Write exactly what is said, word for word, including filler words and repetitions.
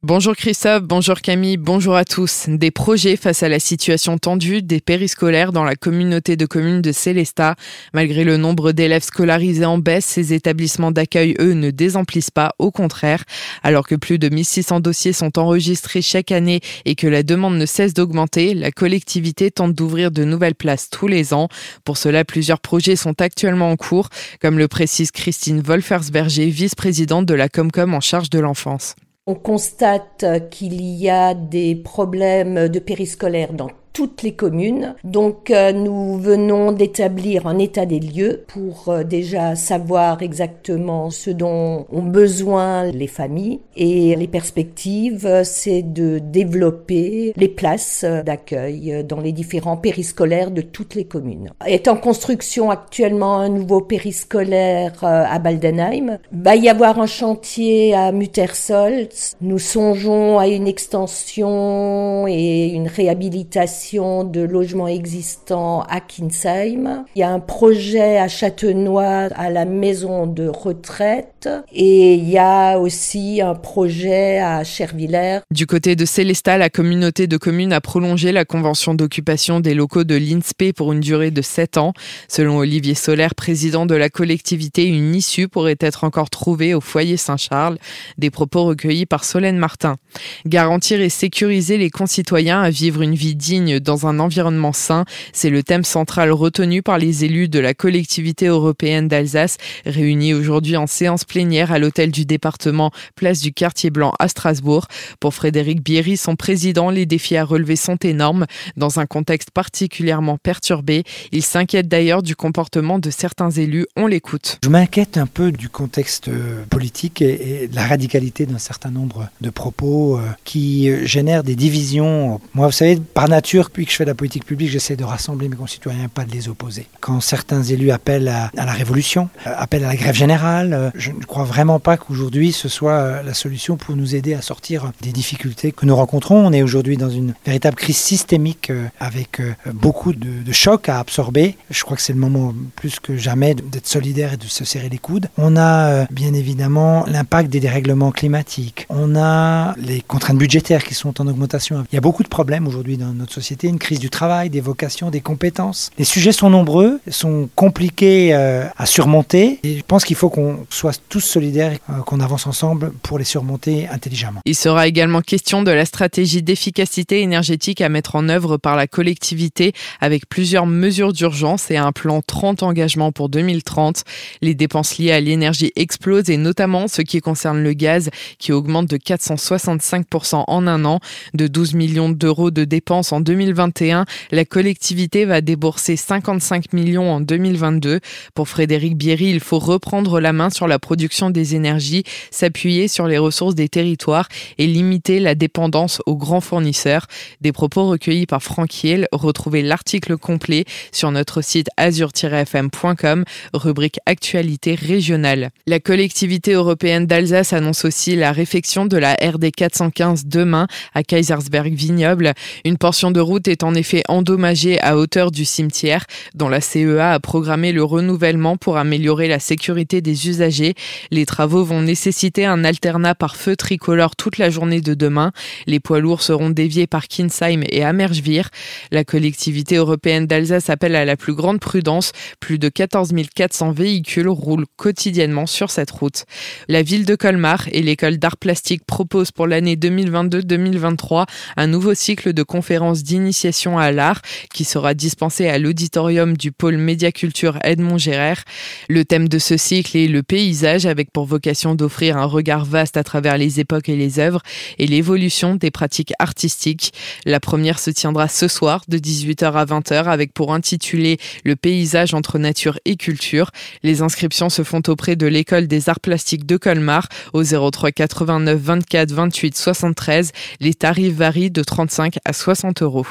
Bonjour Christophe, bonjour Camille, bonjour à tous. Des projets face à la situation tendue des périscolaires dans la communauté de communes de Sélestat. Malgré le nombre d'élèves scolarisés en baisse, ces établissements d'accueil, eux, ne désemplissent pas, au contraire. Alors que plus de mille six cents dossiers sont enregistrés chaque année et que la demande ne cesse d'augmenter, la collectivité tente d'ouvrir de nouvelles places tous les ans. Pour cela, plusieurs projets sont actuellement en cours, comme le précise Christine Wolfersberger, vice-présidente de la Comcom en charge de l'enfance. On constate qu'il y a des problèmes de périscolaire dans toutes les communes. Donc euh, nous venons d'établir un état des lieux pour euh, déjà savoir exactement ce dont ont besoin les familles. Et les perspectives, euh, c'est de développer les places d'accueil dans les différents périscolaires de toutes les communes. Est en construction actuellement un nouveau périscolaire euh, à Baldenheim. Il va y avoir un chantier à Muttersolz. Nous songeons à une extension et une réhabilitation de logements existants à Kinsheim. Il y a un projet à Châtenois à la maison de retraite et il y a aussi un projet à Chervillers. Du côté de Sélestat, la communauté de communes a prolongé la convention d'occupation des locaux de l'I N S P E pour une durée de sept ans. Selon Olivier Soler, président de la collectivité, une issue pourrait être encore trouvée au foyer Saint-Charles. Des propos recueillis par Solène Martin. Garantir et sécuriser les concitoyens à vivre une vie digne dans un environnement sain, c'est le thème central retenu par les élus de la collectivité européenne d'Alsace, réunis aujourd'hui en séance plénière à l'hôtel du département, place du Quartier Blanc à Strasbourg. Pour Frédéric Bierry, son président, les défis à relever sont énormes. Dans un contexte particulièrement perturbé, il s'inquiète d'ailleurs du comportement de certains élus. On l'écoute. Je m'inquiète un peu du contexte politique et, et de la radicalité d'un certain nombre de propos euh, qui génèrent des divisions. Moi, vous savez, par nature, depuis que je fais de la politique publique, j'essaie de rassembler mes concitoyens, pas de les opposer. Quand certains élus appellent à, à la révolution, euh, appellent à la grève générale, euh, je ne crois vraiment pas qu'aujourd'hui ce soit euh, la solution pour nous aider à sortir des difficultés que nous rencontrons. On est aujourd'hui dans une véritable crise systémique euh, avec euh, beaucoup de, de chocs à absorber. Je crois que c'est le moment plus que jamais d'être solidaire et de se serrer les coudes. On a euh, bien évidemment l'impact des dérèglements climatiques. On a les contraintes budgétaires qui sont en augmentation. Il y a beaucoup de problèmes aujourd'hui dans notre société. Une crise du travail, des vocations, des compétences. Les sujets sont nombreux, sont compliqués euh, à surmonter et je pense qu'il faut qu'on soit tous solidaires et euh, qu'on avance ensemble pour les surmonter intelligemment. Il sera également question de la stratégie d'efficacité énergétique à mettre en œuvre par la collectivité avec plusieurs mesures d'urgence et un plan trente engagements pour deux mille trente. Les dépenses liées à l'énergie explosent et notamment ce qui concerne le gaz qui augmente de quatre cent soixante-cinq pour cent en un an. De douze millions d'euros de dépenses en deux mille vingt et un, la collectivité va débourser cinquante-cinq millions en deux mille vingt-deux. Pour Frédéric Bierry, il faut reprendre la main sur la production des énergies, s'appuyer sur les ressources des territoires et limiter la dépendance aux grands fournisseurs. Des propos recueillis par Franck Hiel. Retrouvez l'article complet sur notre site azur tiret f m point com, rubrique Actualité régionale. La collectivité européenne d'Alsace annonce aussi la réfection de la R D quatre cent quinze demain à Kaysersberg-Vignoble. Une portion de route est en effet endommagée à hauteur du cimetière, dont la C E A a programmé le renouvellement pour améliorer la sécurité des usagers. Les travaux vont nécessiter un alternat par feu tricolore toute la journée de demain. Les poids lourds seront déviés par Kinsheim et Amersvire. La collectivité européenne d'Alsace appelle à la plus grande prudence. Plus de quatorze mille quatre cents véhicules roulent quotidiennement sur cette route. La ville de Colmar et l'école d'art plastique proposent pour l'année deux mille vingt-deux deux mille vingt-trois un nouveau cycle de conférences d'initiation à l'art qui sera dispensé à l'auditorium du pôle médiaculture Edmond Gérard. Le thème de ce cycle est le paysage avec pour vocation d'offrir un regard vaste à travers les époques et les œuvres et l'évolution des pratiques artistiques. La première se tiendra ce soir de dix-huit heures à vingt heures avec pour intitulé Le paysage entre nature et culture. Les inscriptions se font auprès de l'école des arts plastiques de Colmar au zéro trois quatre-vingt-neuf vingt-quatre vingt-huit soixante-treize. Les tarifs varient de trente-cinq à soixante euros.